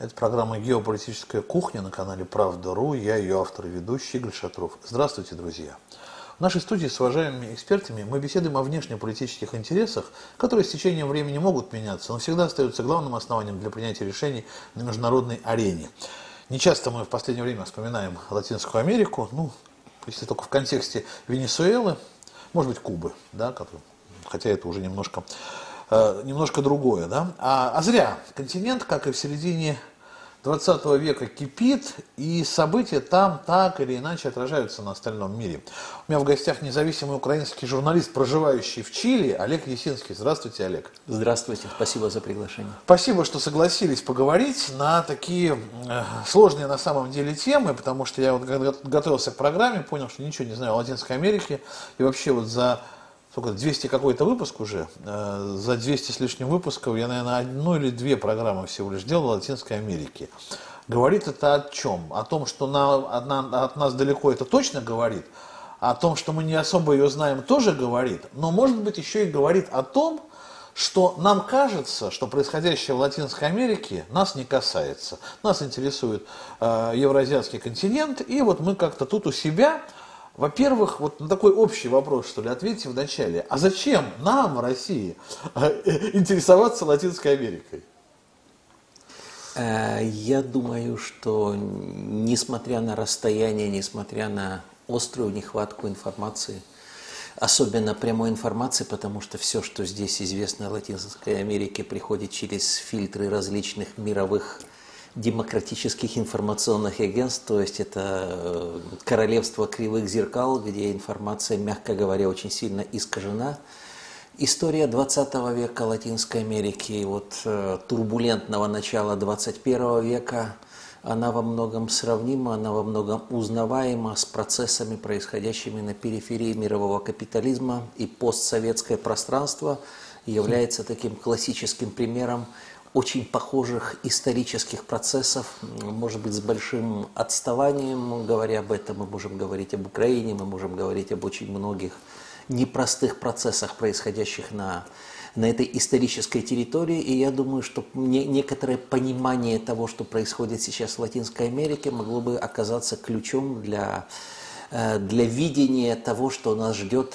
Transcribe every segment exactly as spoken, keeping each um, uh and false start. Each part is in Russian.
Это программа «Геополитическая кухня» на канале «Правда.ру». Я ее автор и ведущий Игорь Шатров. Здравствуйте, друзья! В нашей студии с уважаемыми экспертами мы беседуем о внешнеполитических интересах, которые с течением времени могут меняться, но всегда остаются главным основанием для принятия решений на международной арене. Нечасто мы в последнее время вспоминаем Латинскую Америку, ну, если только в контексте Венесуэлы, может быть, Кубы, да, хотя это уже немножко, э, немножко другое. Да? А, а зря. Континент, как и в середине двадцатого века, кипит, и события там так или иначе отражаются на остальном мире. У меня в гостях независимый украинский журналист, проживающий в Чили, Олег Ясинский. Здравствуйте, Олег. Здравствуйте, спасибо за приглашение. Спасибо, что согласились поговорить на такие э, сложные на самом деле темы, потому что я вот когда готовился к программе, понял, что ничего не знаю о Латинской Америке, и вообще вот за сколько, двести какой-то выпуск уже, э, за двести с лишним выпусков я, наверное, одну или две программы всего лишь делал о Латинской Америке. Говорит это о чем? О том, что на, от, от нас далеко, это точно говорит, о том, что мы не особо ее знаем, тоже говорит, но может быть еще и говорит о том, что нам кажется, что происходящее в Латинской Америке нас не касается. Нас интересует э, евроазиатский континент, и вот мы как-то тут у себя. Во-первых, вот на такой общий вопрос, что ли, ответьте вначале. А зачем нам, России, интересоваться Латинской Америкой? Я думаю, что несмотря на расстояние, несмотря на острую нехватку информации, особенно прямой информации, потому что все, что здесь известно о Латинской Америке, приходит через фильтры различных мировых демократических информационных агентств, то есть это королевство кривых зеркал, где информация, мягко говоря, очень сильно искажена. История двадцатого века Латинской Америки, вот турбулентного начала двадцать первого века, она во многом сравнима, она во многом узнаваема с процессами, происходящими на периферии мирового капитализма, и постсоветское пространство является таким классическим примером очень похожих исторических процессов, может быть, с большим отставанием. Говоря об этом, мы можем говорить об Украине, мы можем говорить об очень многих непростых процессах, происходящих на, на этой исторической территории. И я думаю, что не, некоторое понимание того, что происходит сейчас в Латинской Америке, могло бы оказаться ключом для, для видения того, что нас ждет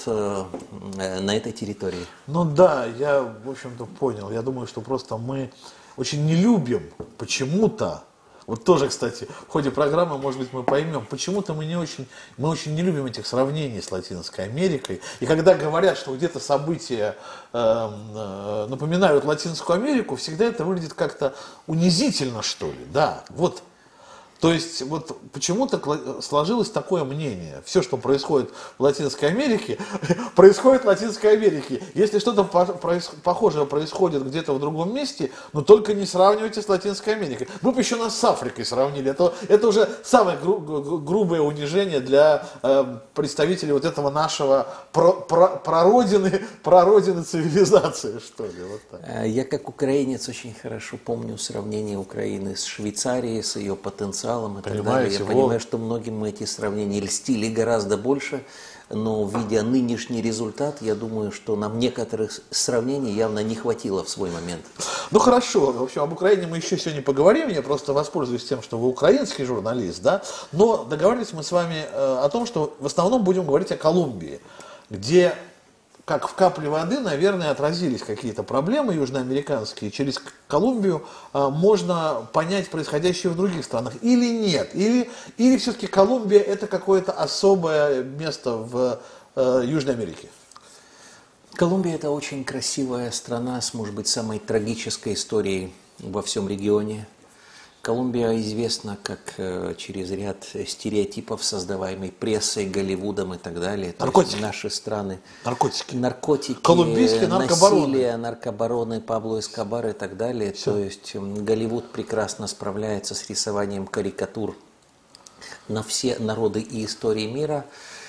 на этой территории. Ну да, я, в общем-то, понял. Я думаю, что просто мы очень не любим почему-то. Вот тоже, кстати, в ходе программы, может быть, мы поймем, почему-то мы не очень, мы очень не любим этих сравнений с Латинской Америкой. И когда говорят, что где-то события э, э, напоминают Латинскую Америку, всегда это выглядит как-то унизительно, что ли. Да, вот. То есть вот почему-то сложилось такое мнение. Все, что происходит в Латинской Америке, происходит в Латинской Америке. Если что-то похожее происходит где-то в другом месте, но только не сравнивайте с Латинской Америкой. Вы бы еще нас с Африкой сравнили. Это, это уже самое гру, грубое унижение для э, представителей вот этого нашего про, про, прародины, прародины цивилизации, что ли. Вот так. Я как украинец очень хорошо помню сравнение Украины с Швейцарией, с ее потенциалом. И так далее. Я понимаю, что многим эти сравнения льстили гораздо больше, но видя нынешний результат, я думаю, что нам некоторых сравнений явно не хватило в свой момент. Ну хорошо, в общем, об Украине мы еще сегодня поговорим, я просто воспользуюсь тем, что вы украинский журналист, да, но договорились мы с вами э, о том, что в основном будем говорить о Колумбии, где, как в капле воды, наверное, отразились какие-то проблемы южноамериканские. Через Колумбию а, можно понять происходящее в других странах. Или нет? Или, или все-таки Колумбия это какое-то особое место в э, Южной Америке? Колумбия это очень красивая страна с, может быть, самой трагической историей во всем регионе. Колумбия известна как э, через ряд стереотипов, создаваемых прессой, Голливудом и так далее. Наркотики. То есть наши страны. Наркотики. Наркотики, колумбийские наркобароны. насилие, наркобароны, Пабло Эскобар и так далее. Все. То есть Голливуд прекрасно справляется с рисованием карикатур на все народы и истории мира.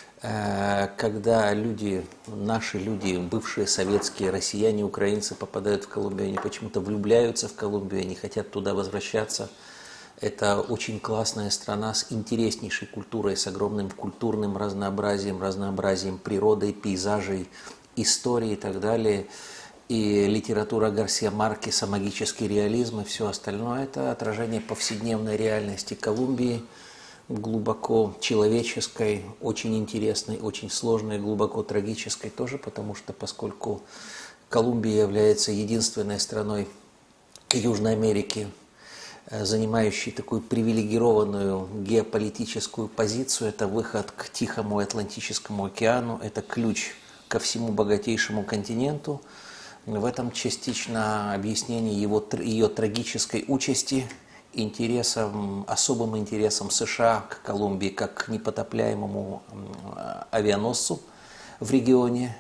Когда люди, наши люди, бывшие советские, россияне, украинцы попадают в Колумбию, они почему-то влюбляются в Колумбию, они хотят туда возвращаться. Это очень классная страна с интереснейшей культурой, с огромным культурным разнообразием, разнообразием природы, пейзажей, истории и так далее. и литература Гарсия Маркеса, магический реализм и все остальное – это отражение повседневной реальности Колумбии, глубоко человеческой, очень интересной, очень сложной, глубоко трагической тоже, потому что поскольку Колумбия является единственной страной Южной Америки, занимающей такую привилегированную геополитическую позицию, это выход к Тихому и Атлантическому океану, это ключ ко всему богатейшему континенту. В этом частично объяснение его, ее трагической участи, интересом, особым интересом США к Колумбии как к непотопляемому авианосцу в регионе.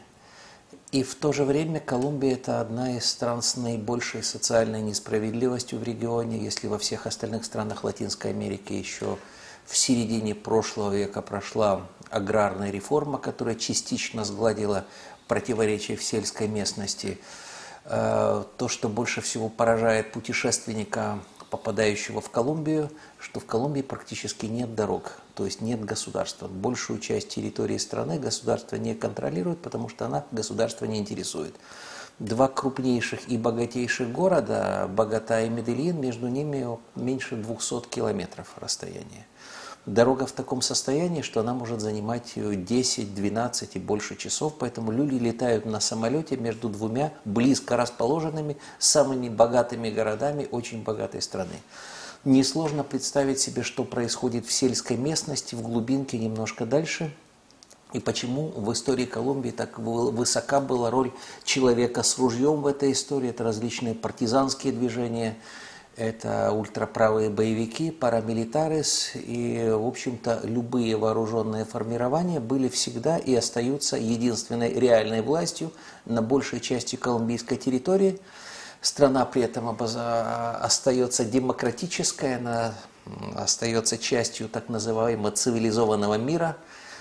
И в то же время Колумбия – это одна из стран с наибольшей социальной несправедливостью в регионе. Если во всех остальных странах Латинской Америки еще в середине прошлого века прошла аграрная реформа, которая частично сгладила противоречия в сельской местности, то, что больше всего поражает путешественника, попадающего в Колумбию, что в Колумбии практически нет дорог, то есть нет государства. Большую часть территории страны государство не контролирует, потому что она государство не интересует. Два крупнейших и богатейших города, Богота и Медельин, между ними меньше двухсот километров расстояния. Дорога в таком состоянии, что она может занимать десять, двенадцать и больше часов, поэтому люди летают на самолете между двумя близко расположенными, самыми богатыми городами очень богатой страны. Несложно представить себе, что происходит в сельской местности, в глубинке немножко дальше, и почему в истории Колумбии так высока была роль человека с ружьем в этой истории. Это различные партизанские движения, это ультраправые боевики, парамилитарис, и, в общем-то, любые вооруженные формирования были всегда и остаются единственной реальной властью на большей части колумбийской территории. Страна при этом остается демократической, она остается частью так называемого цивилизованного мира.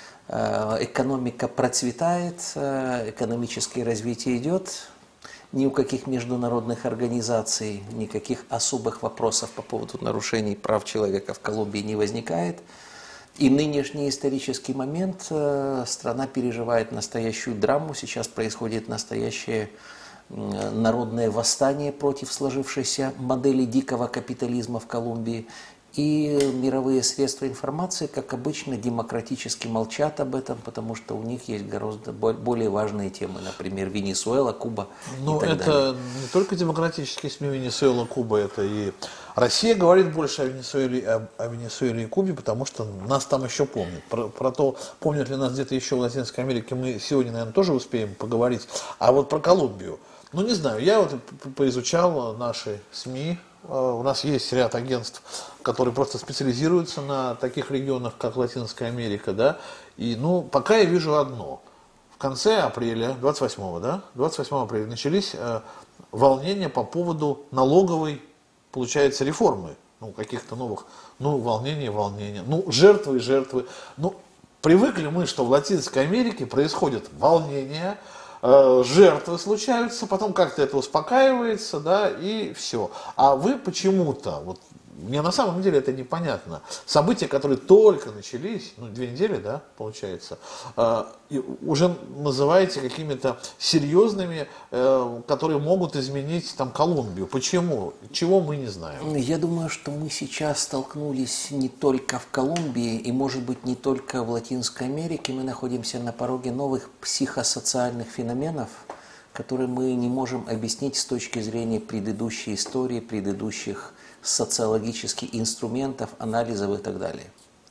Экономика процветает, экономическое развитие идет. Ни у каких международных организаций, никаких особых вопросов по поводу нарушений прав человека в Колумбии не возникает. И нынешний исторический момент страна переживает настоящую драму. Сейчас происходит настоящее народное восстание против сложившейся модели дикого капитализма в Колумбии. И мировые средства информации, как обычно, демократически молчат об этом, потому что у них есть гораздо более важные темы, например, Венесуэла, Куба ну, и так это далее. Не только демократические СМИ Венесуэла, Куба, это и Россия говорит больше о Венесуэле, о, о Венесуэле и Кубе, потому что нас там еще помнят. Про, про то, помнят ли нас где-то еще в Латинской Америке, мы сегодня, наверное, тоже успеем поговорить. А вот про Колумбию. Ну, не знаю, я вот поизучал наши СМИ. У нас есть ряд агентств, которые просто специализируются на таких регионах, как Латинская Америка, да. И, ну, пока я вижу одно. В конце апреля, двадцать восьмого, да, двадцать восьмого апреля начались э, волнения по поводу налоговой, получается, реформы. Ну, каких-то новых, ну, волнения, волнения. Ну, жертвы и жертвы. Ну, привыкли мы, что в Латинской Америке происходят волнения, жертвы случаются, потом как-то это успокаивается, да, и все. А вы почему-то, вот мне на самом деле это непонятно, события, которые только начались, ну, две недели, да, получается, э, уже называете какими-то серьезными, э, которые могут изменить там Колумбию. Почему? Чего мы не знаем? Я думаю, что мы сейчас столкнулись не только в Колумбии и, может быть, не только в Латинской Америке. Мы находимся на пороге новых психосоциальных феноменов, которые мы не можем объяснить с точки зрения предыдущей истории, предыдущих социологических инструментов, анализов и так далее.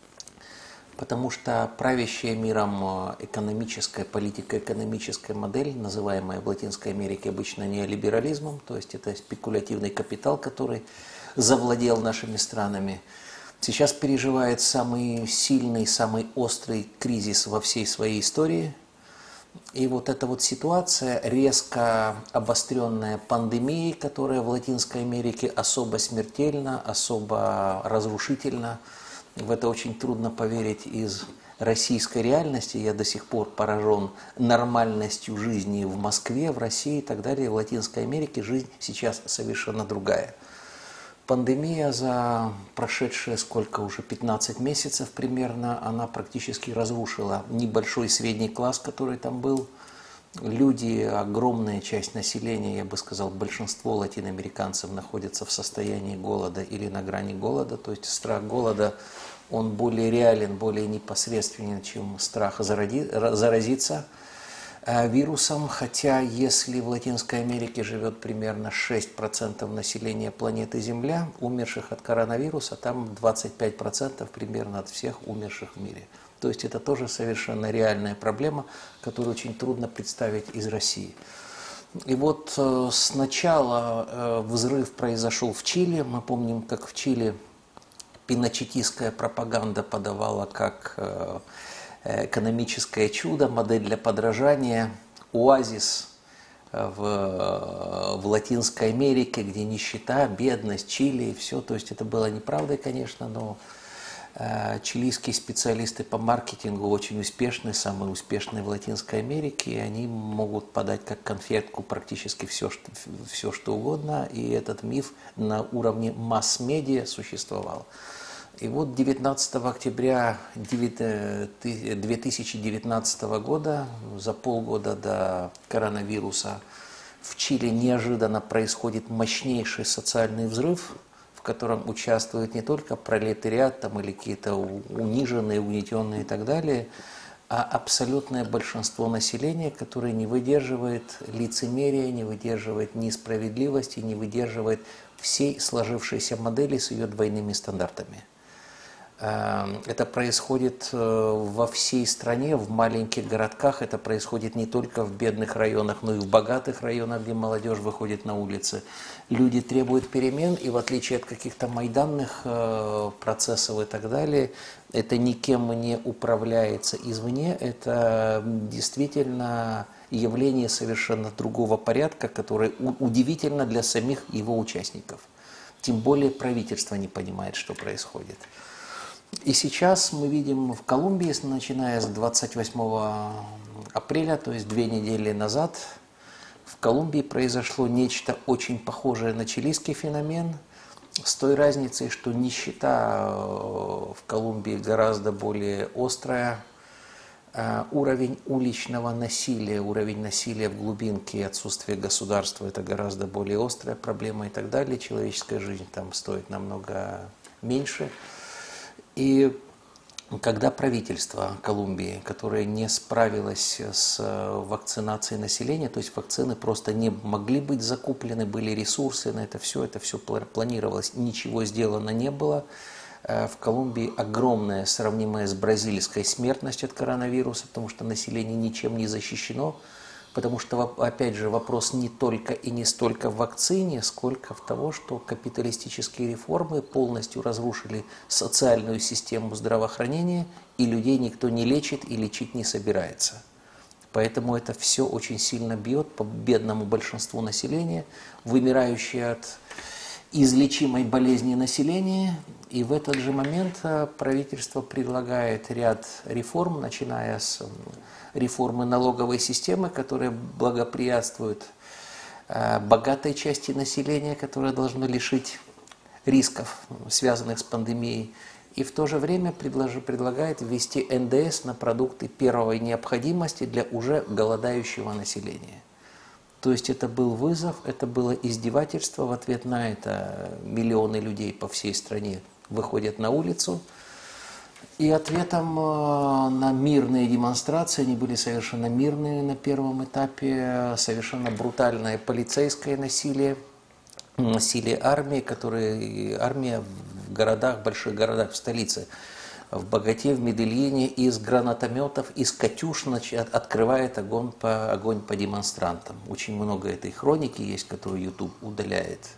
Потому что правящая миром экономическая, политико-экономическая модель, называемая в Латинской Америке обычно неолиберализмом, то есть это спекулятивный капитал, который завладел нашими странами, сейчас переживает самый сильный, самый острый кризис во всей своей истории. И вот эта вот ситуация, резко обостренная пандемией, которая в Латинской Америке особо смертельна, особо разрушительна, в это очень трудно поверить из российской реальности. Я до сих пор поражен нормальностью жизни в Москве, в России и так далее. В Латинской Америке жизнь сейчас совершенно другая. Пандемия за прошедшие сколько уже, пятнадцать месяцев примерно, она практически разрушила небольшой средний класс, который там был. люди, огромная часть населения, я бы сказал, большинство латиноамериканцев находятся в состоянии голода или на грани голода. То есть страх голода, он более реален, более непосредственен, чем страх заразиться вирусом. Хотя если в Латинской Америке живет примерно шесть процентов населения планеты Земля, умерших от коронавируса, там двадцать пять процентов примерно от всех умерших в мире. То есть это тоже совершенно реальная проблема, которую очень трудно представить из России. И вот э, сначала э, взрыв произошел в Чили. Мы помним, как в Чили пиночетистская пропаганда подавала как э, экономическое чудо, модель для подражания, оазис в, в Латинской Америке, где нищета, бедность, Чили и все. То есть это было неправдой, конечно, но чилийские специалисты по маркетингу очень успешны, самые успешные в Латинской Америке, и они могут подать как конфетку практически все, что, все, что угодно, и этот миф на уровне масс-медиа существовал. И вот девятнадцатого октября две тысячи девятнадцатого года, за полгода до коронавируса, в Чили неожиданно происходит мощнейший социальный взрыв, в котором участвует не только пролетариат там, или какие-то униженные, угнетенные и так далее, а абсолютное большинство населения, которое не выдерживает лицемерия, не выдерживает несправедливости, не выдерживает всей сложившейся модели с ее двойными стандартами. Это происходит во всей стране, в маленьких городках, это происходит не только в бедных районах, но и в богатых районах, где молодежь выходит на улицы. Люди требуют перемен, и в отличие от каких-то майданных процессов и так далее, это никем не управляется извне, это действительно явление совершенно другого порядка, которое удивительно для самих его участников. Тем более правительство не понимает, что происходит. И сейчас мы видим в Колумбии, начиная с двадцать восьмого апреля, то есть две недели назад, в Колумбии произошло нечто очень похожее на чилийский феномен, с той разницей, что нищета в Колумбии гораздо более острая, уровень уличного насилия, уровень насилия в глубинке, отсутствие государства – это гораздо более острая проблема и так далее, человеческая жизнь там стоит намного меньше. И когда правительство Колумбии, которое не справилось с вакцинацией населения, то есть вакцины просто не могли быть закуплены, были ресурсы на это все, это все планировалось, ничего сделано не было. В Колумбии огромная, сравнимая с бразильской смертность от коронавируса, потому что население ничем не защищено. Потому что, опять же, вопрос не только и не столько в вакцине, сколько в того, что капиталистические реформы полностью разрушили социальную систему здравоохранения, и людей никто не лечит и лечить не собирается. Поэтому это все очень сильно бьет по бедному большинству населения, вымирающее от излечимой болезни населения. И в этот же момент правительство предлагает ряд реформ, начиная с реформы налоговой системы, которые благоприятствуют богатой части населения, которое должно лишить рисков, связанных с пандемией. И в то же время предлагает ввести эн дэ эс на продукты первой необходимости для уже голодающего населения. То есть это был вызов, это было издевательство. В ответ на это миллионы людей по всей стране выходят на улицу. И ответом на мирные демонстрации, они были совершенно мирные на первом этапе, совершенно брутальное полицейское насилие, насилие армии, которые, армия в городах, больших городах, в столице, в Боготе, в Медельине, из гранатометов, из «Катюш» открывает огонь по, огонь по демонстрантам. Очень много этой хроники есть, которую YouTube удаляет.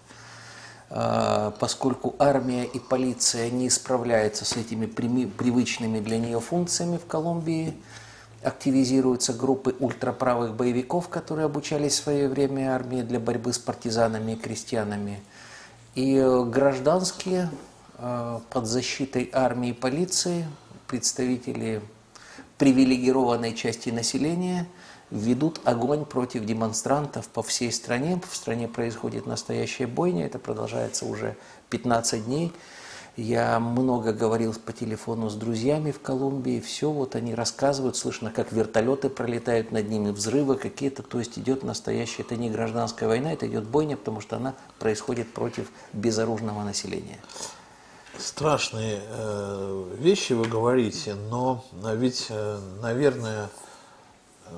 Поскольку армия и полиция не справляются с этими привычными для нее функциями в Колумбии, активизируются группы ультраправых боевиков, которые обучались в свое время армии для борьбы с партизанами и крестьянами. И гражданские под защитой армии и полиции, представители привилегированной части населения, ведут огонь против демонстрантов по всей стране. В стране происходит настоящая бойня, это продолжается уже пятнадцать дней. Я много говорил по телефону с друзьями в Колумбии, все вот они рассказывают, слышно, как вертолеты пролетают над ними, взрывы какие-то, то есть идет настоящая, это не гражданская война, это идет бойня, потому что она происходит против безоружного населения. Страшные э, вещи вы говорите, но ведь, э, наверное, э,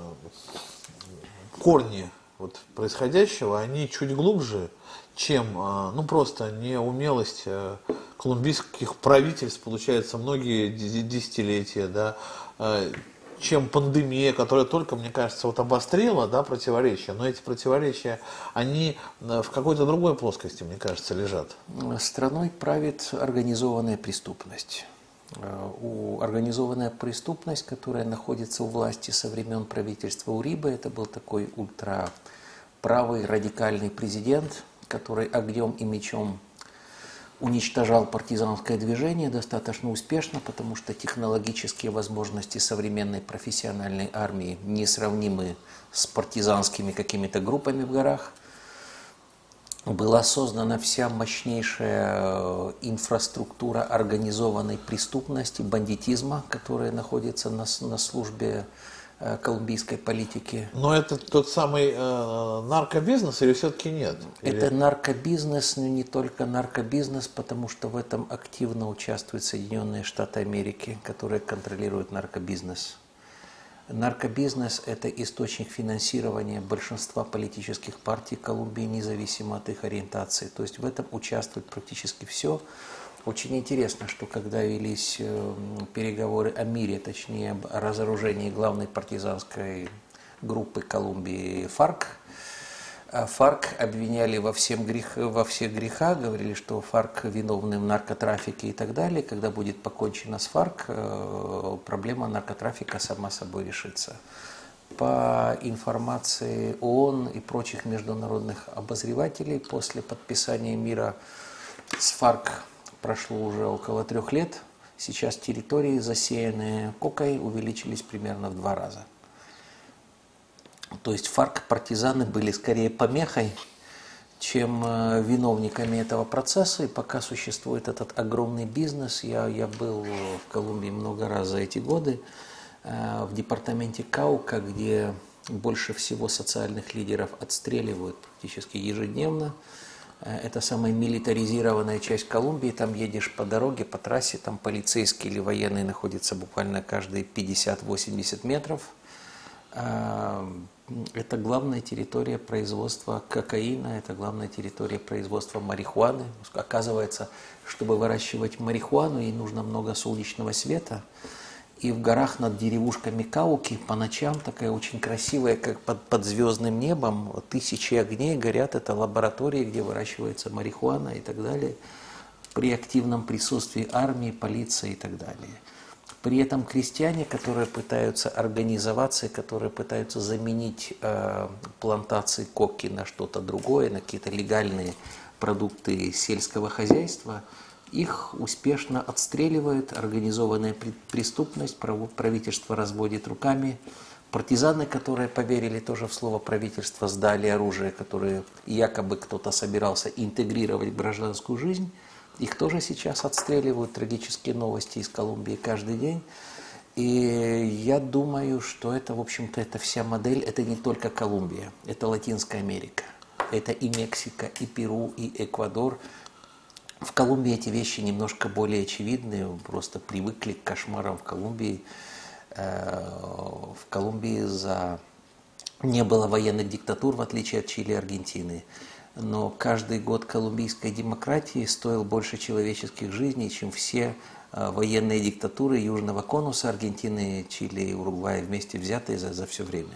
корни вот происходящего, они чуть глубже, чем, э, ну, просто неумелость э, колумбийских правительств, получается, многие десятилетия, да, э, чем пандемия, которая только, мне кажется, вот обострила, да, противоречия, но эти противоречия, они в какой-то другой плоскости, мне кажется, лежат. Страной правит организованная преступность. У организованная преступность, которая находится у власти со времен правительства Урибе, это был такой ультраправый радикальный президент, который огнем и мечом уничтожал партизанское движение достаточно успешно, потому что технологические возможности современной профессиональной армии несравнимы с партизанскими какими-то группами в горах. Была создана вся мощнейшая инфраструктура организованной преступности, бандитизма, которая находится на, на службе колумбийской политики. Но это тот самый э, наркобизнес или все-таки нет? Это или... наркобизнес, но не только наркобизнес, потому что в этом активно участвуют Соединенные Штаты Америки, которые контролируют наркобизнес. Наркобизнес – это источник финансирования большинства политических партий Колумбии, независимо от их ориентации. То есть в этом участвует практически все. Очень интересно, что когда велись переговоры о мире, точнее об разоружении главной партизанской группы Колумбии ФАРК, ФАРК обвиняли во, всем грех, во всех грехах, говорили, что ФАРК виновны в наркотрафике и так далее. Когда будет покончено с ФАРК, проблема наркотрафика сама собой решится. По информации ООН и прочих международных обозревателей, после подписания мира с ФАРК прошло уже около трех лет. Сейчас территории, засеянные кокой, увеличились примерно в два раза. То есть ФАРК, партизаны были скорее помехой, чем виновниками этого процесса. И пока существует этот огромный бизнес, я, я был в Колумбии много раз за эти годы, в департаменте Каука, где больше всего социальных лидеров отстреливают практически ежедневно. Это самая милитаризированная часть Колумбии, там едешь по дороге, по трассе, там полицейские или военные находятся буквально каждые пятьдесят-восемьдесят метров. Это главная территория производства кокаина, это главная территория производства марихуаны. Оказывается, чтобы выращивать марихуану, ей нужно много солнечного света. И в горах над деревушками Кауки по ночам такая очень красивая, как под, под звездным небом, тысячи огней горят. Это лаборатории, где выращивается марихуана и так далее, при активном присутствии армии, полиции и так далее. При этом крестьяне, которые пытаются организоваться, которые пытаются заменить э, плантации коки на что-то другое, на какие-то легальные продукты сельского хозяйства, их успешно отстреливает организованная преступность, правительство разводит руками. Партизаны, которые поверили тоже в слово правительства, сдали оружие, которое якобы кто-то собирался интегрировать в гражданскую жизнь. Их тоже сейчас отстреливают, трагические новости из Колумбии каждый день. И я думаю, что это, в общем-то, это вся модель, это не только Колумбия, это Латинская Америка. Это и Мексика, и Перу, и Эквадор. В Колумбии эти вещи немножко более очевидны, просто привыкли к кошмарам в Колумбии. В Колумбии за... не было военных диктатур, в отличие от Чили и Аргентины. Но каждый год колумбийской демократии стоил больше человеческих жизней, чем все военные диктатуры Южного конуса, Аргентины, Чили и Уругвая вместе взятые за, за все время.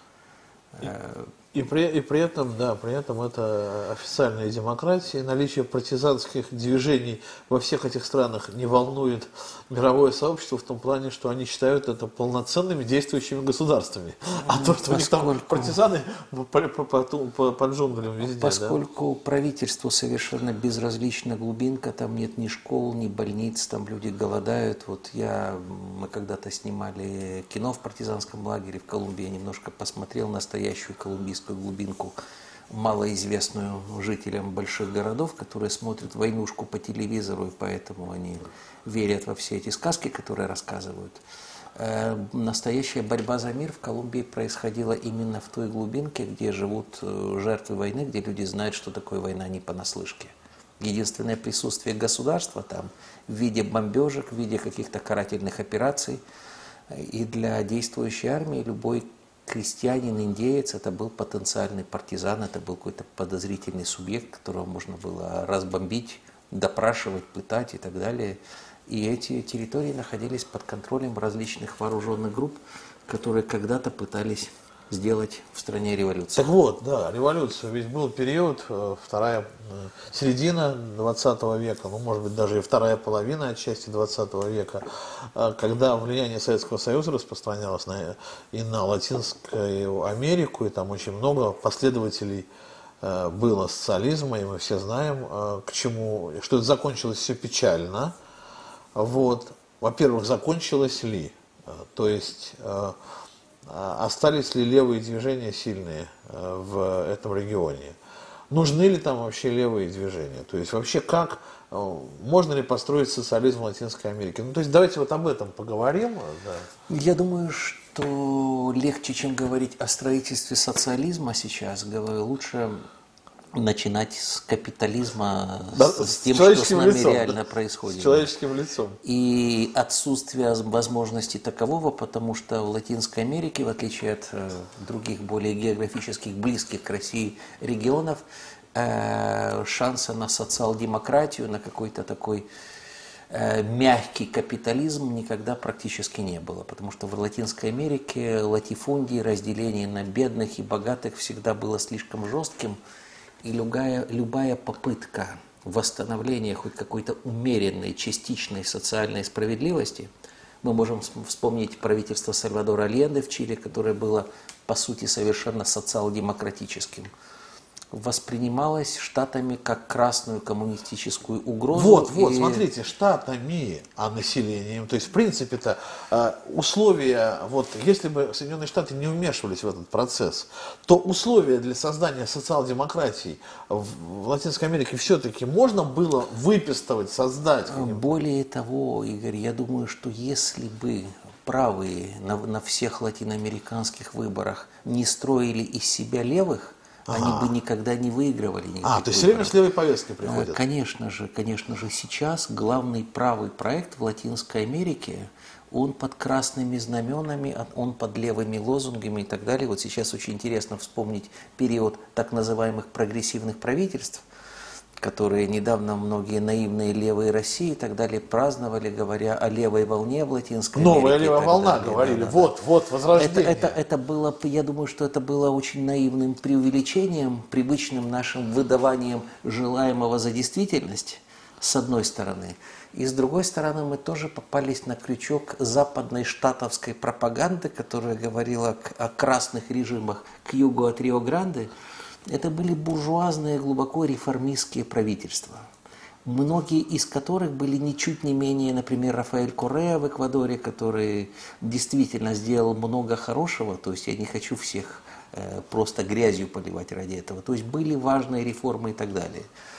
И при, и при этом, да, при этом это официальная демократия, наличие партизанских движений во всех этих странах не волнует мировое сообщество в том плане, что они считают это полноценными действующими государствами. А то, что поскольку, у них там партизаны по, по, по, по джунглям везде. Поскольку да? правительству совершенно безразлична глубинка, там нет ни школ, ни больниц, там люди голодают. Вот я, мы когда-то снимали кино в партизанском лагере в Колумбии, я немножко посмотрел настоящую колумбийскую глубинку. малоизвестную жителям больших городов, которые смотрят «Войнушку» по телевизору, и поэтому они верят во все эти сказки, которые рассказывают. Настоящая борьба за мир в Колумбии происходила именно в той глубинке, где живут жертвы войны, где люди знают, что такое война не понаслышке. Единственное присутствие государства там в виде бомбежек, в виде каких-то карательных операций. И для действующей армии любой крестьянин, индеец, это был потенциальный партизан, это был какой-то подозрительный субъект, которого можно было разбомбить, допрашивать, пытать и так далее. И эти территории находились под контролем различных вооруженных групп, которые когда-то пытались сделать в стране революцию. Так вот, да, революция. Ведь был период, вторая середина двадцатого века, ну, может быть, даже и вторая половина отчасти двадцатого века, когда влияние Советского Союза распространялось на, и на Латинскую Америку, и там очень много последователей было социализма, и мы все знаем, к чему, что это закончилось все печально. Вот. Во-первых, закончилось ли? То есть остались ли левые движения сильные в этом регионе? Нужны ли там вообще левые движения? То есть вообще как, можно ли построить социализм в Латинской Америке? Ну, то есть давайте вот об этом поговорим. Да. Я думаю, что легче, чем говорить о строительстве социализма сейчас, говорю, лучше начинать с капитализма, да, с, с тем, что с нами лицом, реально да, происходит. С человеческим лицом. И отсутствие возможности такового, потому что в Латинской Америке, в отличие от э, других более географических близких к России регионов, э, шанса на социал-демократию, на какой-то такой э, мягкий капитализм никогда практически не было. Потому что в Латинской Америке латифундии, разделение на бедных и богатых всегда было слишком жестким. И любая, любая попытка восстановления хоть какой-то умеренной, частичной социальной справедливости, мы можем вспомнить правительство Сальвадора Альенде в Чили, которое было, по сути, совершенно социал-демократическим, воспринималось Штатами как красную коммунистическую угрозу. Вот, вот, и... смотрите, Штатами, а населением. То есть, в принципе-то, условия, вот, если бы Соединенные Штаты не вмешивались в этот процесс, то условия для создания социал-демократии в Латинской Америке все-таки можно было выпистывать, создать. Более того, Игорь, я думаю, что если бы правые на, на всех латиноамериканских выборах не строили из себя левых, ага. они бы никогда не выигрывали никаких А, то есть выборов. все время с левой повесткой приходят? Конечно же, конечно же, сейчас главный правый проект в Латинской Америке, он под красными знаменами, он под левыми лозунгами и так далее. Вот сейчас очень интересно вспомнить период так называемых прогрессивных правительств, которые недавно многие наивные левые России и так далее праздновали, говоря о левой волне в Латинской Америке. Новая левая волна, далее. говорили, да, да, вот, да. вот, возрождение. Это, это, это было, я думаю, что это было очень наивным преувеличением, привычным нашим выдаванием желаемого за действительность, с одной стороны. И с другой стороны, мы тоже попались на крючок западной штатовской пропаганды, которая говорила о красных режимах к югу от Рио-Гранде. Это были буржуазные, глубоко реформистские правительства, многие из которых были ничуть не менее, например, Рафаэль Корреа в Эквадоре, который действительно сделал много хорошего, то есть я не хочу всех э, просто грязью поливать ради этого, то есть были важные реформы и так далее.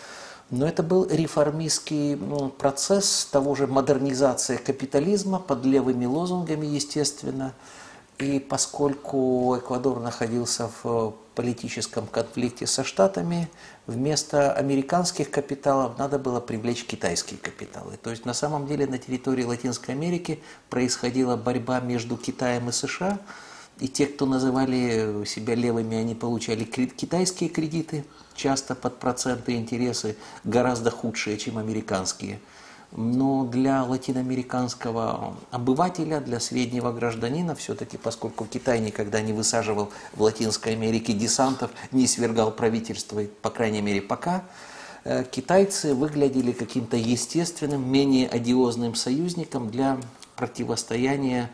Но это был реформистский ну, процесс, того же модернизация капитализма под левыми лозунгами, естественно. И поскольку Эквадор находился в политическом конфликте со Штатами, вместо американских капиталов надо было привлечь китайские капиталы. То есть на самом деле на территории Латинской Америки происходила борьба между Китаем и США. И те, кто называли себя левыми, они получали китайские кредиты, часто под проценты и интересы гораздо худшие, чем американские. Но для латиноамериканского обывателя, для среднего гражданина, все-таки, поскольку Китай никогда не высаживал в Латинской Америке десантов, не свергал правительство, по крайней мере пока, китайцы выглядели каким-то естественным, менее одиозным союзником для противостояния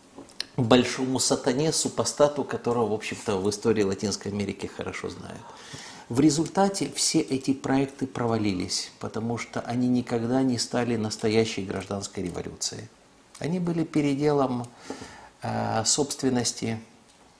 большому сатане, супостату, которого, в общем-то, в истории Латинской Америки хорошо знают. В результате все эти проекты провалились, потому что они никогда не стали настоящей гражданской революцией. Они были переделом э, собственности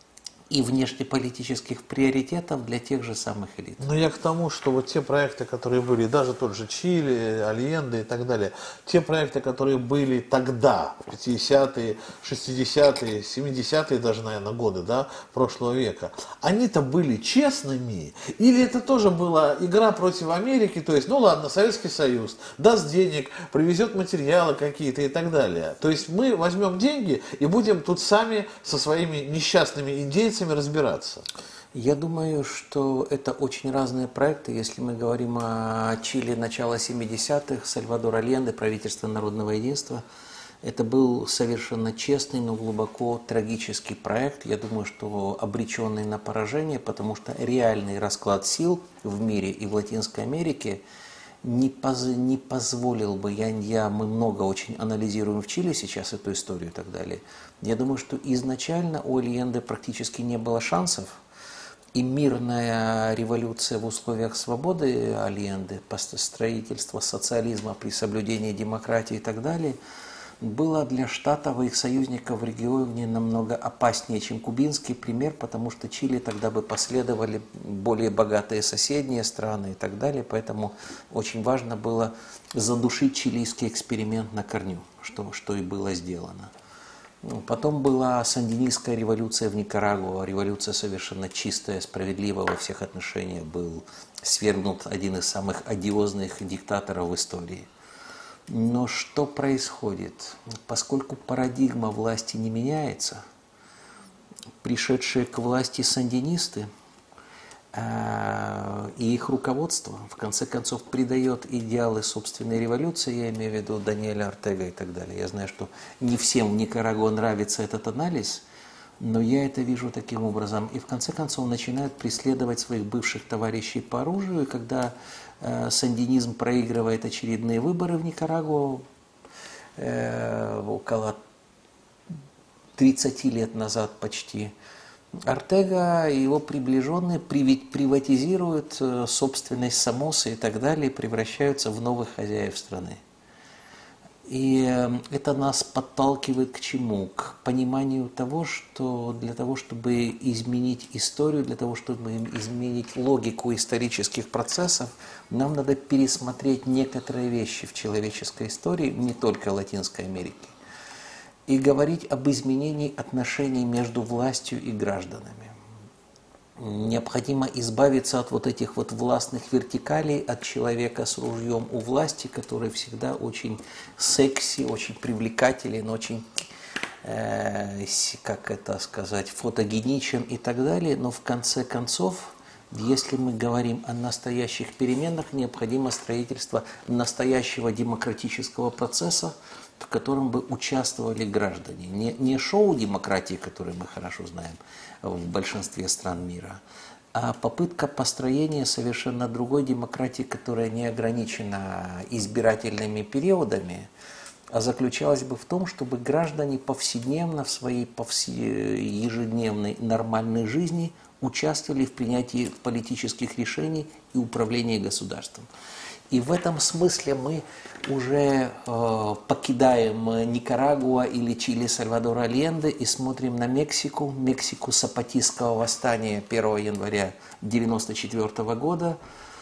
и внешнеполитических приоритетов для тех же самых элит. Но я к тому, что вот те проекты, которые были, даже тот же Чили, Альенде и так далее, те проекты, которые были тогда, в пятидесятые, шестидесятые, семидесятые даже, наверное, годы, да, прошлого века, они-то были честными? Или это тоже была игра против Америки, то есть, ну ладно, Советский Союз даст денег, привезет материалы какие-то и так далее. То есть мы возьмем деньги и будем тут сами со своими несчастными индейцами разбираться. Я думаю, что это очень разные проекты. Если мы говорим о Чили начала семидесятых, Сальвадор Альенде, правительство народного единства, это был совершенно честный, но глубоко трагический проект. Я думаю, что обреченный на поражение, потому что реальный расклад сил в мире и в Латинской Америке не, поз, не позволил бы, я, я, мы много очень анализируем в Чили сейчас эту историю и так далее. Я думаю, что изначально у Альенде практически не было шансов, и мирная революция в условиях свободы Альенде, строительство социализма при соблюдении демократии и так далее, было для Штатов и их союзников в регионе намного опаснее, чем кубинский пример, потому что Чили тогда бы последовали более богатые соседние страны и так далее. Поэтому очень важно было задушить чилийский эксперимент на корню, что, что и было сделано. Потом была сандинистская революция в Никарагуа, революция совершенно чистая, справедливая во всех отношениях, был свергнут один из самых одиозных диктаторов в истории. Но что происходит? Поскольку парадигма власти не меняется, пришедшие к власти сандинисты и их руководство в конце концов придает идеалы собственной революции, я имею в виду Даниэля Ортега и так далее. Я знаю, что не всем в Никарагуа нравится этот анализ, но я это вижу таким образом. И в конце концов начинают преследовать своих бывших товарищей по оружию, и когда э, сандинизм проигрывает очередные выборы в Никарагуа э, около тридцати лет назад почти, Ортега и его приближенные приватизируют собственность Сомоса и так далее, превращаются в новых хозяев страны. И это нас подталкивает к чему? К пониманию того, что для того, чтобы изменить историю, для того, чтобы изменить логику исторических процессов, нам надо пересмотреть некоторые вещи в человеческой истории, не только Латинской Америки, и говорить об изменении отношений между властью и гражданами. Необходимо избавиться от вот этих вот властных вертикалей, от человека с ружьем у власти, который всегда очень секси, очень привлекателен, очень, э, как это сказать, фотогеничен и так далее. Но в конце концов, если мы говорим о настоящих переменах, необходимо строительство настоящего демократического процесса, в котором бы участвовали граждане. Не, не шоу демократии, которое мы хорошо знаем в большинстве стран мира, а попытка построения совершенно другой демократии, которая не ограничена избирательными периодами, а заключалась бы в том, чтобы граждане повседневно в своей повсе... ежедневной нормальной жизни участвовали в принятии политических решений и управлении государством. И в этом смысле мы уже э, покидаем Никарагуа или Чили Сальвадора Альенде и смотрим на Мексику, Мексику сапатистского восстания первого января девяносто четвёртого года.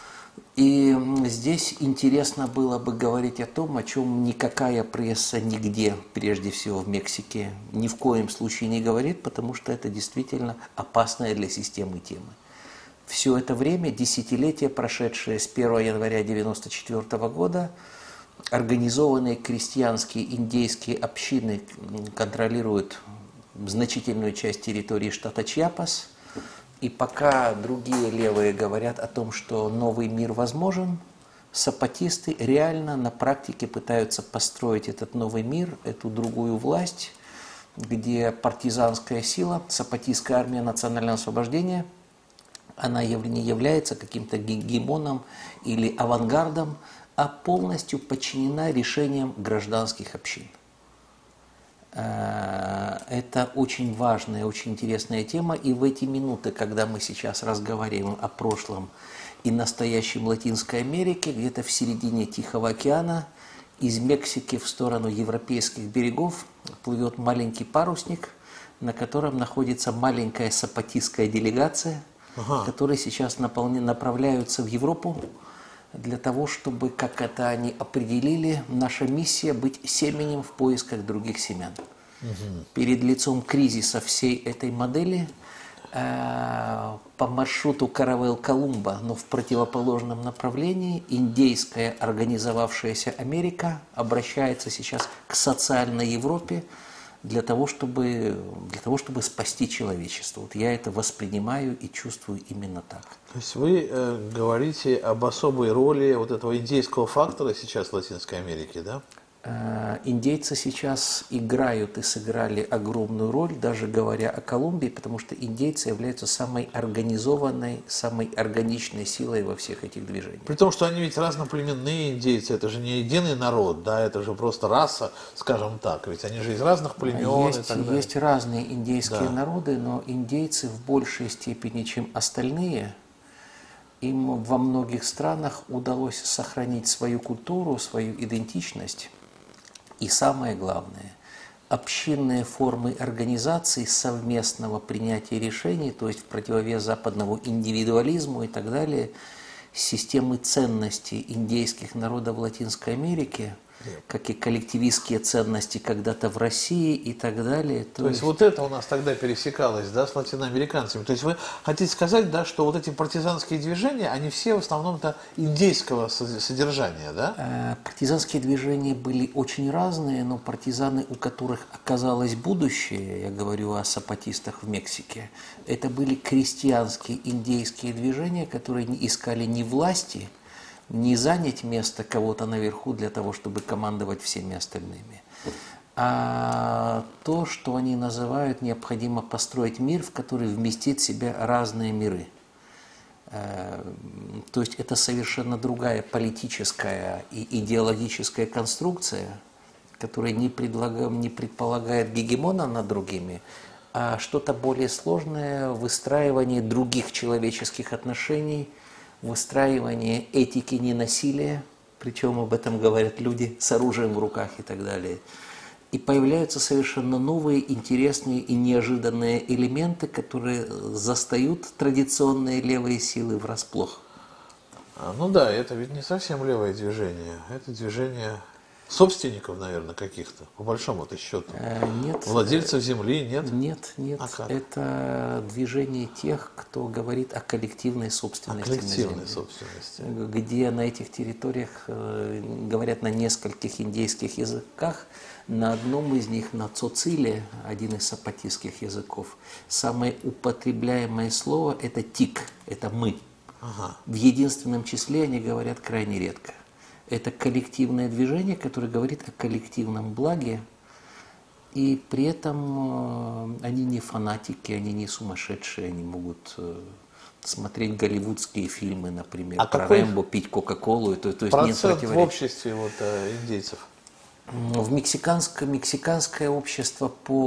И здесь интересно было бы говорить о том, о чем никакая пресса нигде, прежде всего в Мексике, ни в коем случае не говорит, потому что это действительно опасная для системы тема. Все это время, десятилетия, прошедшие с первого января девяносто четвёртого года, организованные крестьянские индейские общины контролируют значительную часть территории штата Чиапас. И пока другие левые говорят о том, что новый мир возможен, сапатисты реально на практике пытаются построить этот новый мир, эту другую власть, где партизанская сила, сапатистская армия национального освобождения, она не является каким-то гегемоном или авангардом, а полностью подчинена решениям гражданских общин. Это очень важная, очень интересная тема, и в эти минуты, когда мы сейчас разговариваем о прошлом и настоящем Латинской Америке, где-то в середине Тихого океана, из Мексики в сторону европейских берегов плывет маленький парусник, на котором находится маленькая сапатистская делегация, ага. которые сейчас наполня... направляются в Европу для того, чтобы, как это они определили, наша миссия быть семенем в поисках других семян. Угу. Перед лицом кризиса всей этой модели э, по маршруту Каравелл-Колумба, но в противоположном направлении, индейская организовавшаяся Америка обращается сейчас к социальной Европе для того, чтобы, для того, чтобы спасти человечество. Вот я это воспринимаю и чувствую именно так. То есть вы э, говорите об особой роли вот этого индейского фактора сейчас в Латинской Америке, да? Индейцы сейчас играют и сыграли огромную роль, даже говоря о Колумбии, потому что индейцы являются самой организованной, самой органичной силой во всех этих движениях. При том, что они ведь разноплеменные индейцы, это же не единый народ, да, это же просто раса, скажем так, ведь они же из разных племен есть, и так далее. Есть разные индейские да. народы, но индейцы в большей степени, чем остальные, им во многих странах удалось сохранить свою культуру, свою идентичность. И самое главное, общинные формы организации совместного принятия решений, то есть в противовес западному индивидуализму и так далее, системы ценностей индейских народов Латинской Америки, как и коллективистские ценности когда-то в России и так далее. То, то есть, есть вот это у нас тогда пересекалось, да, с латиноамериканцами. То есть вы хотите сказать, да, что вот эти партизанские движения, они все в основном-то индейского содержания, да? Партизанские движения были очень разные, но партизаны, у которых оказалось будущее, я говорю о сапатистах в Мексике, это были крестьянские индейские движения, которые не искали ни власти, не занять место кого-то наверху для того, чтобы командовать всеми остальными, а то, что они называют, необходимо построить мир, в который вместит в себя разные миры. То есть это совершенно другая политическая и идеологическая конструкция, которая не, предлагает, не предполагает гегемона над другими, а что-то более сложное, выстраивание других человеческих отношений, выстраивание этики ненасилия, причем об этом говорят люди с оружием в руках и так далее. И появляются совершенно новые, интересные и неожиданные элементы, которые застают традиционные левые силы врасплох. А, ну да, это ведь не совсем левое движение, это движение собственников, наверное, каких-то, по большому-то счету. А, нет. Владельцев земли, нет? Нет, нет. А это движение тех, кто говорит о коллективной собственности. О коллективной собственности. Где на этих территориях э, говорят на нескольких индейских языках. На одном из них, на цоциле, один из сапатистских языков, самое употребляемое слово – это тик, это мы. Ага. В единственном числе они говорят крайне редко. Это коллективное движение, которое говорит о коллективном благе, и при этом э, они не фанатики, они не сумасшедшие, они могут э, смотреть голливудские фильмы, например, а про Рэмбо, пить Кока-Колу. То, то есть процент в обществе вот, э, индейцев? В мексиканское, мексиканское общество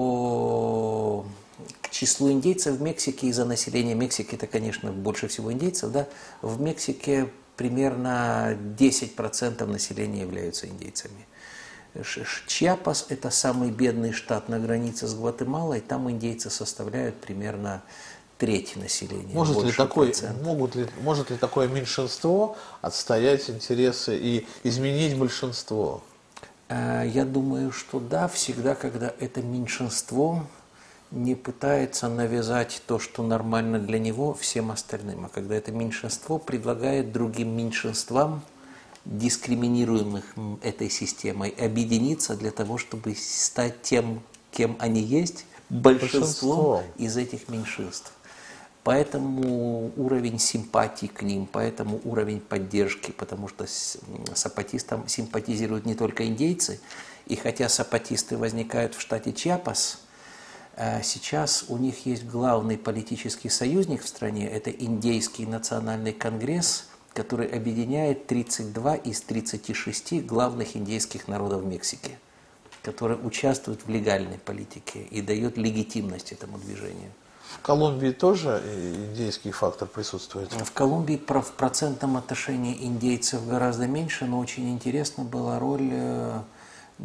по к числу индейцев в Мексике, из-за населения Мексики, это, конечно, больше всего индейцев, да, в Мексике примерно десять процентов населения являются индейцами. Чиапас – это самый бедный штат на границе с Гватемалой, там индейцы составляют примерно треть населения. Может ли, такой, могут ли, может ли такое меньшинство отстоять интересы и изменить большинство? Я думаю, что да, всегда, когда это меньшинство не пытается навязать то, что нормально для него, всем остальным. А когда это меньшинство предлагает другим меньшинствам, дискриминируемых этой системой, объединиться для того, чтобы стать тем, кем они есть, большинством из этих меньшинств. Поэтому уровень симпатии к ним, поэтому уровень поддержки, потому что сапатистам симпатизируют не только индейцы, и хотя сапатисты возникают в штате Чиапас, сейчас у них есть главный политический союзник в стране, это Индейский национальный конгресс, который объединяет тридцать два из тридцати шести главных индейских народов Мексики, которые участвуют в легальной политике и дают легитимность этому движению. В Колумбии тоже индейский фактор присутствует? В Колумбии в процентном отношении индейцев гораздо меньше, но очень интересна была роль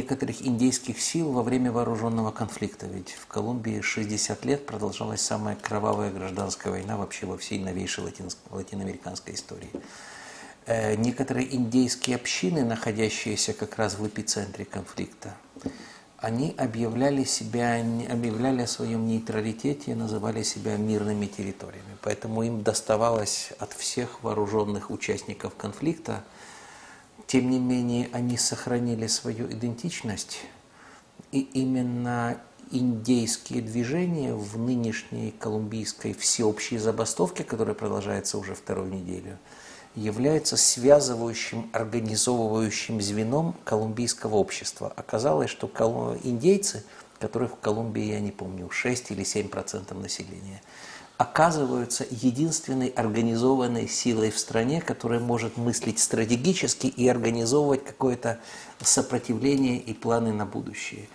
некоторых индейских сил во время вооруженного конфликта. Ведь в Колумбии шестьдесят лет продолжалась самая кровавая гражданская война вообще во всей новейшей латиноамериканской истории. Некоторые индейские общины, находящиеся как раз в эпицентре конфликта, они объявляли себя, объявляли о своем нейтралитете и называли себя мирными территориями. Поэтому им доставалось от всех вооруженных участников конфликта. Тем не менее, они сохранили свою идентичность, и именно индейские движения в нынешней колумбийской всеобщей забастовке, которая продолжается уже вторую неделю, являются связывающим, организовывающим звеном колумбийского общества. Оказалось, что индейцы, которых в Колумбии, я не помню, шесть или семь процентов населения, оказываются единственной организованной силой в стране, которая может мыслить стратегически и организовывать какое-то сопротивление и планы на будущее.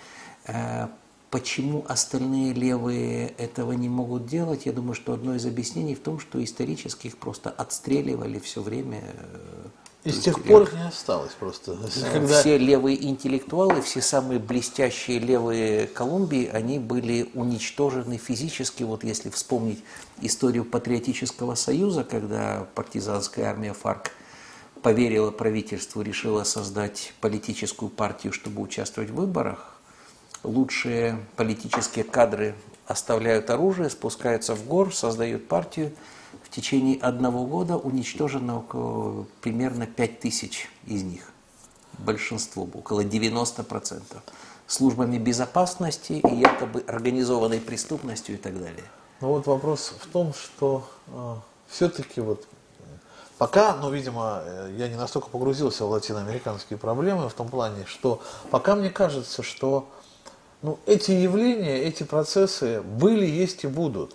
Почему остальные левые этого не могут делать? Я думаю, что одно из объяснений в том, что исторически их просто отстреливали все время. И с тех пор их не осталось просто. Когда... Все левые интеллектуалы, все самые блестящие левые Колумбии, они были уничтожены физически. Вот если вспомнить историю Патриотического союза, когда партизанская армия ФАРК поверила правительству, решила создать политическую партию, чтобы участвовать в выборах, лучшие политические кадры оставляют оружие, спускаются в горы, создают партию. В течение одного года уничтожено около, примерно пять тысяч из них. Большинство, около девяноста процентов. Службами безопасности и якобы организованной преступностью и так далее. Ну вот вопрос в том, что э, все-таки вот пока, ну, видимо, я не настолько погрузился в латиноамериканские проблемы в том плане, что пока мне кажется, что ну, эти явления, эти процессы были, есть и будут.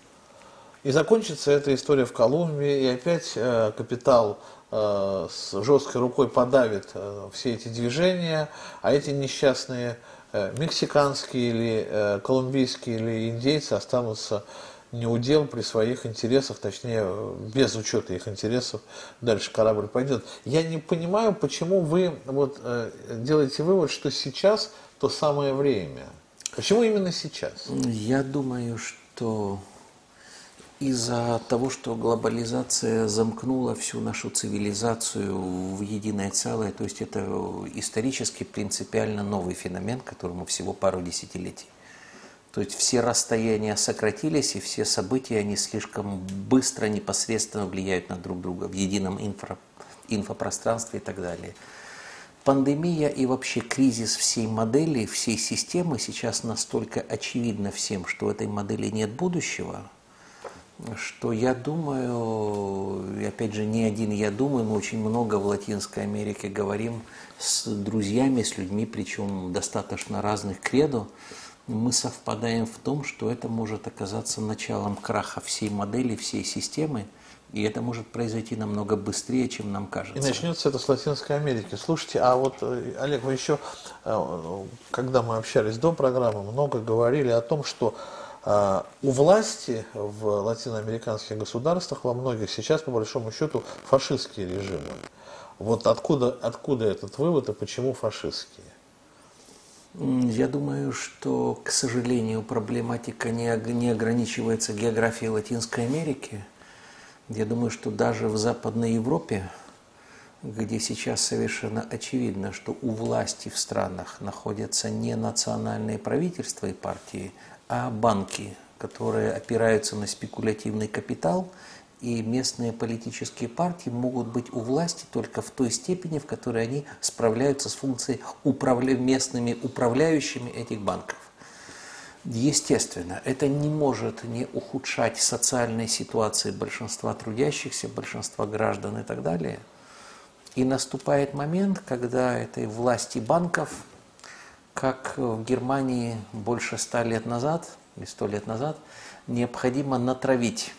И закончится эта история в Колумбии, и опять э, капитал э, с жесткой рукой подавит э, все эти движения, а эти несчастные э, мексиканские или э, колумбийские или индейцы останутся неудел при своих интересах, точнее, без учета их интересов, дальше корабль пойдет. Я не понимаю, почему вы вот, э, делаете вывод, что сейчас то самое время. Почему именно сейчас? Я думаю, что из-за того, что глобализация замкнула всю нашу цивилизацию в единое целое, то есть это исторически принципиально новый феномен, которому всего пару десятилетий. То есть все расстояния сократились, и все события, они слишком быстро, непосредственно влияют на друг друга в едином инфра, инфопространстве и так далее. Пандемия и вообще кризис всей модели, всей системы сейчас настолько очевидно всем, что у этой модели нет будущего, что я думаю, и опять же не один я думаю, мы очень много в Латинской Америке говорим с друзьями, с людьми, причем достаточно разных кредо, мы совпадаем в том, что это может оказаться началом краха всей модели, всей системы, и это может произойти намного быстрее, чем нам кажется. И начнется это с Латинской Америки. Слушайте, а вот, Олег, вы еще, когда мы общались до программы, много говорили о том, что у власти в латиноамериканских государствах во многих сейчас, по большому счету, фашистские режимы. Вот откуда, откуда этот вывод и почему фашистские? Я думаю, что, к сожалению, проблематика не, не ограничивается географией Латинской Америки. Я думаю, что даже в Западной Европе, где сейчас совершенно очевидно, что у власти в странах находятся не национальные правительства и партии, а банки, которые опираются на спекулятивный капитал, и местные политические партии могут быть у власти только в той степени, в которой они справляются с функцией управля... местными управляющими этих банков. Естественно, это не может не ухудшать социальной ситуации большинства трудящихся, большинства граждан и так далее. И наступает момент, когда этой власти банков, как в Германии больше ста лет назад, или сто лет назад, необходимо натравить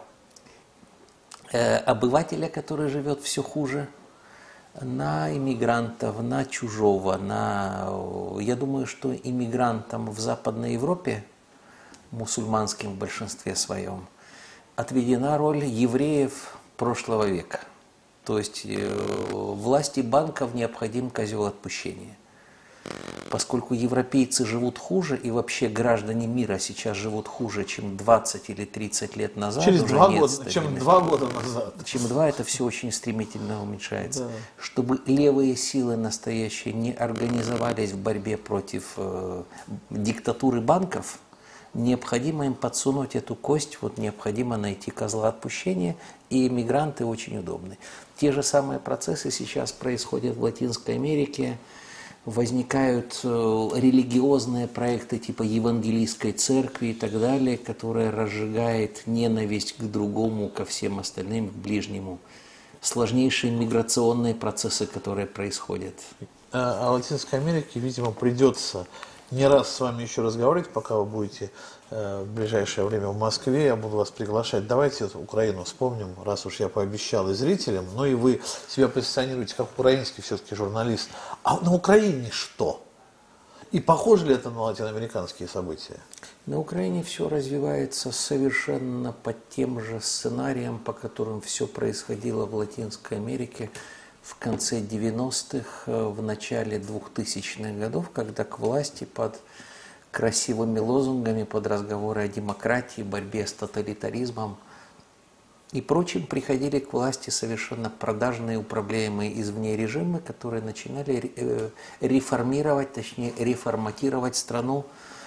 э, обывателя, который живет все хуже, на иммигрантов, на чужого, на... Я думаю, что иммигрантам в Западной Европе, мусульманским в большинстве своем, отведена роль евреев прошлого века. То есть э, власти банков необходим козел отпущения. Поскольку европейцы живут хуже, и вообще граждане мира сейчас живут хуже, чем двадцать или тридцать лет назад. Через уже два нет года, чем два года назад. Чем два, это все очень стремительно уменьшается. Да. Чтобы левые силы настоящие не организовались в борьбе против э, диктатуры банков, необходимо им подсунуть эту кость, вот необходимо найти козла отпущения, и иммигранты очень удобны. Те же самые процессы сейчас происходят в Латинской Америке. Возникают религиозные проекты типа Евангелийской церкви и так далее, которая разжигает ненависть к другому, ко всем остальным, к ближнему. Сложнейшие миграционные процессы, которые происходят. О Латинской Америке, видимо, придется не раз с вами еще разговаривать, пока вы будете э, в ближайшее время в Москве, я буду вас приглашать. Давайте Украину вспомним, раз уж я пообещал и зрителям, ну и вы себя позиционируете как украинский все-таки журналист. А на Украине что? И похоже ли это на латиноамериканские события? На Украине все развивается совершенно по тем же сценариям, по которым все происходило в Латинской Америке в конце девяностых, в начале двухтысячных годов, когда к власти под красивыми лозунгами, под разговоры о демократии, борьбе с тоталитаризмом и прочим приходили к власти совершенно продажные, управляемые извне режимы, которые начинали реформировать, точнее реформатировать страну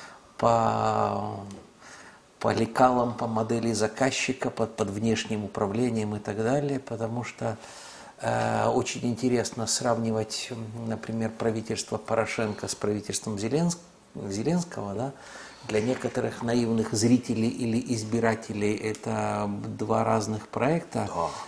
по, по лекалам, по модели заказчика, под, под внешним управлением и так далее, потому что очень интересно сравнивать, например, правительство Порошенко с правительством Зеленского. Да? Для некоторых наивных зрителей или избирателей это два разных проекта.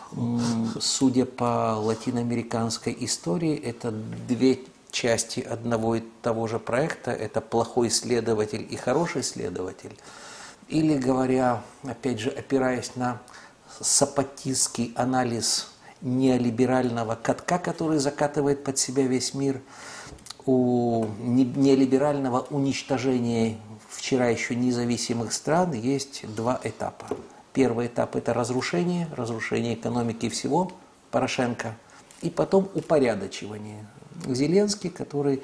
Судя по латиноамериканской истории, это две части одного и того же проекта. Это плохой следователь и хороший следователь. Или, говоря, опять же, опираясь на сапатистский анализ неолиберального катка, который закатывает под себя весь мир, у неолиберального уничтожения вчера еще независимых стран есть два этапа. Первый этап – это разрушение, разрушение экономики всего, Порошенко, и потом упорядочивание. Зеленский, который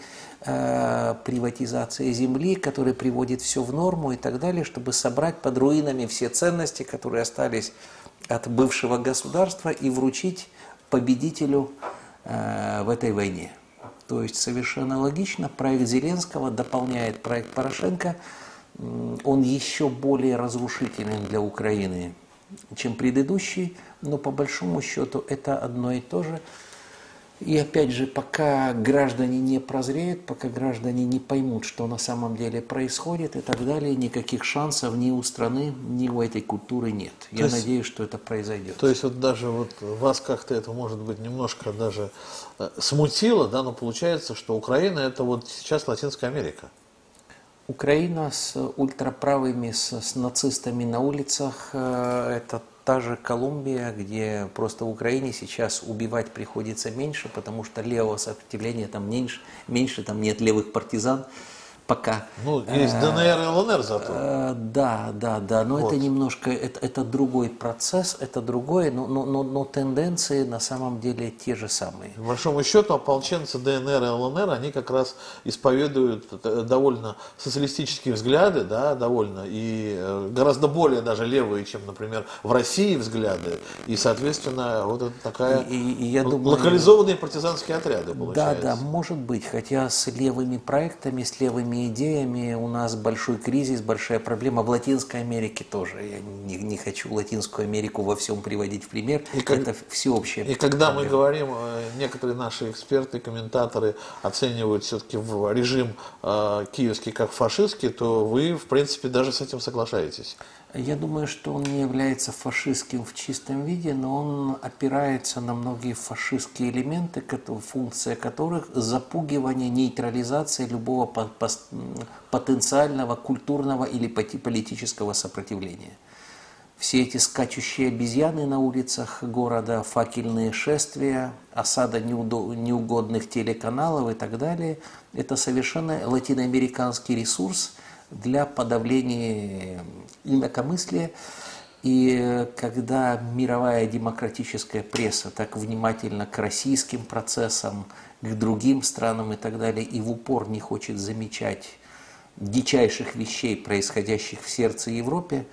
э, приватизация земли, который приводит все в норму и так далее, чтобы собрать под руинами все ценности, которые остались от бывшего государства, и вручить победителю э, в этой войне. То есть совершенно логично, проект Зеленского дополняет проект Порошенко, он еще более разрушителен для Украины, чем предыдущий, но по большому счету это одно и то же. И опять же, пока граждане не прозреют, пока граждане не поймут, что на самом деле происходит и так далее, никаких шансов ни у страны, ни у этой культуры нет. Я есть, надеюсь, что это произойдет. То есть вот даже вот вас как-то это, может быть, немножко даже э, смутило, да, но получается, что Украина это вот сейчас Латинская Америка. Украина с ультраправыми, с, с нацистами на улицах, э, это та же Колумбия, где просто в Украине сейчас убивать приходится меньше, потому что левого сопротивления там меньше, меньше там нет левых партизан пока. Ну, есть ДНР и ЛНР зато. Да, да, да, но вот. Это немножко, это, это другой процесс, это другое, но, но, но, но тенденции на самом деле те же самые. По большому счету, ополченцы ДНР и ЛНР, они как раз исповедуют довольно социалистические взгляды, да, довольно, и гораздо более даже левые, чем, например, в России взгляды, и, соответственно, вот это такая и, и, я думаю, локализованные партизанские отряды, получается. Да, да, может быть, хотя с левыми проектами, с левыми идеями у нас большой кризис, большая проблема. В Латинской Америке тоже. Я не, не хочу Латинскую Америку во всем приводить в пример. И как, это всеобщее. И когда проблема. Мы говорим, некоторые наши эксперты, комментаторы оценивают все-таки режим э, киевский как фашистский, то вы, в принципе, даже с этим соглашаетесь. Я думаю, что он не является фашистским в чистом виде, но он опирается на многие фашистские элементы, функция которых запугивание, нейтрализация любого потенциального культурного или политического сопротивления. Все эти скачущие обезьяны на улицах города, факельные шествия, осада неугодных телеканалов и так далее – это совершенно латиноамериканский ресурс для подавления инакомыслия И когда мировая демократическая пресса так внимательно к российским процессам, к другим странам и так далее, и в упор не хочет замечать дичайших вещей, происходящих в сердце Европы,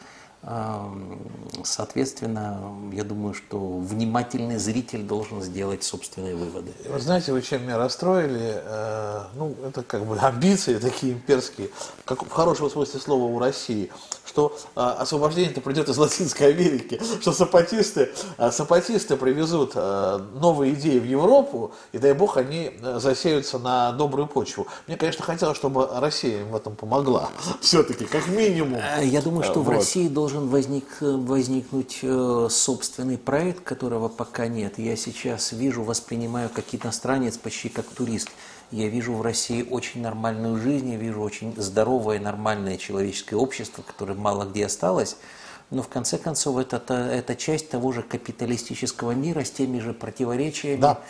соответственно, я думаю, что внимательный зритель должен сделать собственные выводы. Вы знаете, вы чем меня расстроили? Ну, это как бы амбиции такие имперские, как в хорошем смысле слова у России, что освобождение-то придет из Латинской Америки, что сапатисты, сапатисты привезут новые идеи в Европу, и дай бог они засеются на добрую почву. Мне, конечно, хотелось, чтобы Россия им в этом помогла, все-таки, как минимум. Я думаю, что вот. в России должен возник, возникнуть собственный проект, которого пока нет. Я сейчас вижу, воспринимаю как иностранец, почти как турист. Я вижу в России очень нормальную жизнь, я вижу очень здоровое, нормальное человеческое общество, которое мало где осталось. Но в конце концов это, это часть того же капиталистического мира с теми же противоречиями. Да.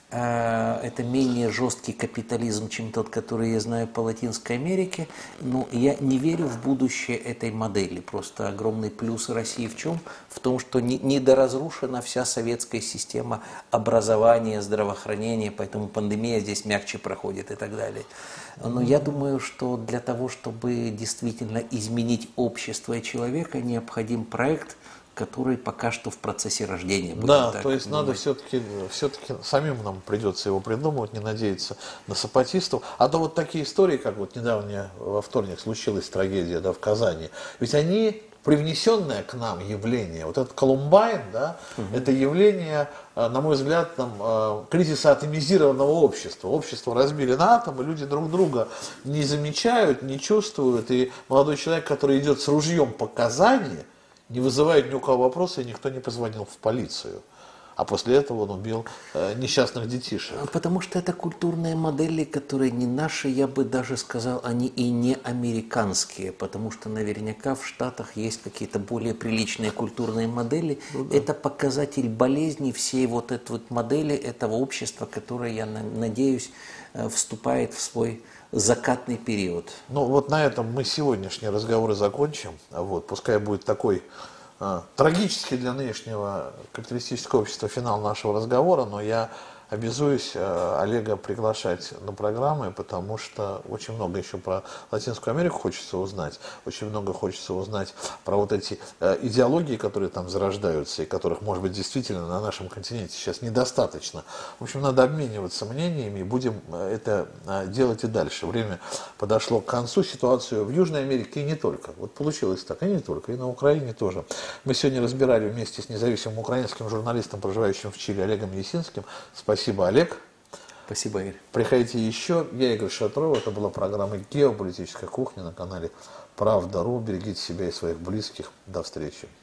Это менее жесткий капитализм, чем тот, который я знаю по Латинской Америке. Но я не верю в будущее этой модели. Просто огромный плюс России в чем? В том, что недоразрушена вся советская система образования, здравоохранения, поэтому пандемия здесь мягче проходит и так далее. Но я думаю, что для того, чтобы действительно изменить общество и человека, необходим проект, который пока что в процессе рождения. Да, то есть думать. Надо все-таки, все-таки самим нам придется его придумывать, не надеяться на сапатистов. А то вот такие истории, как вот недавно во вторник случилась трагедия, да, в Казани, ведь они привнесенное к нам явление, вот этот Колумбайн, да, угу. это явление, на мой взгляд, там, кризиса атомизированного общества. Общество разбили на атомы, люди друг друга не замечают, не чувствуют, и молодой человек, который идет с ружьем по Казани, не вызывает ни у кого вопроса, и никто не позвонил в полицию. А после этого он убил э, несчастных детишек. Потому что это культурные модели, которые не наши, я бы даже сказал, они и не американские. Потому что наверняка в Штатах есть какие-то более приличные культурные модели. Ну, да. Это показатель болезни всей вот этой вот модели этого общества, которое, я надеюсь, вступает в свой закатный период. Ну вот на этом мы сегодняшние разговоры закончим. Вот, пускай будет такой а, трагический для нынешнего капиталистического общества финал нашего разговора, но я обязуюсь а, Олега приглашать на программы, потому что очень много еще про Латинскую Америку хочется узнать, очень много хочется узнать про вот эти а, идеологии, которые там зарождаются и которых, может быть, действительно на нашем континенте сейчас недостаточно. В общем, надо обмениваться мнениями, и будем это а, делать и дальше. Время подошло к концу, ситуацию в Южной Америке и не только. Вот получилось так, и не только, и на Украине тоже. Мы сегодня разбирали вместе с независимым украинским журналистом, проживающим в Чили, Олегом Ясинским. Спасибо, Олег. Спасибо, Игорь. Приходите еще. Я Игорь Шатров. Это была программа «Геополитическая кухня» на канале Правда.ру. Берегите себя и своих близких. До встречи.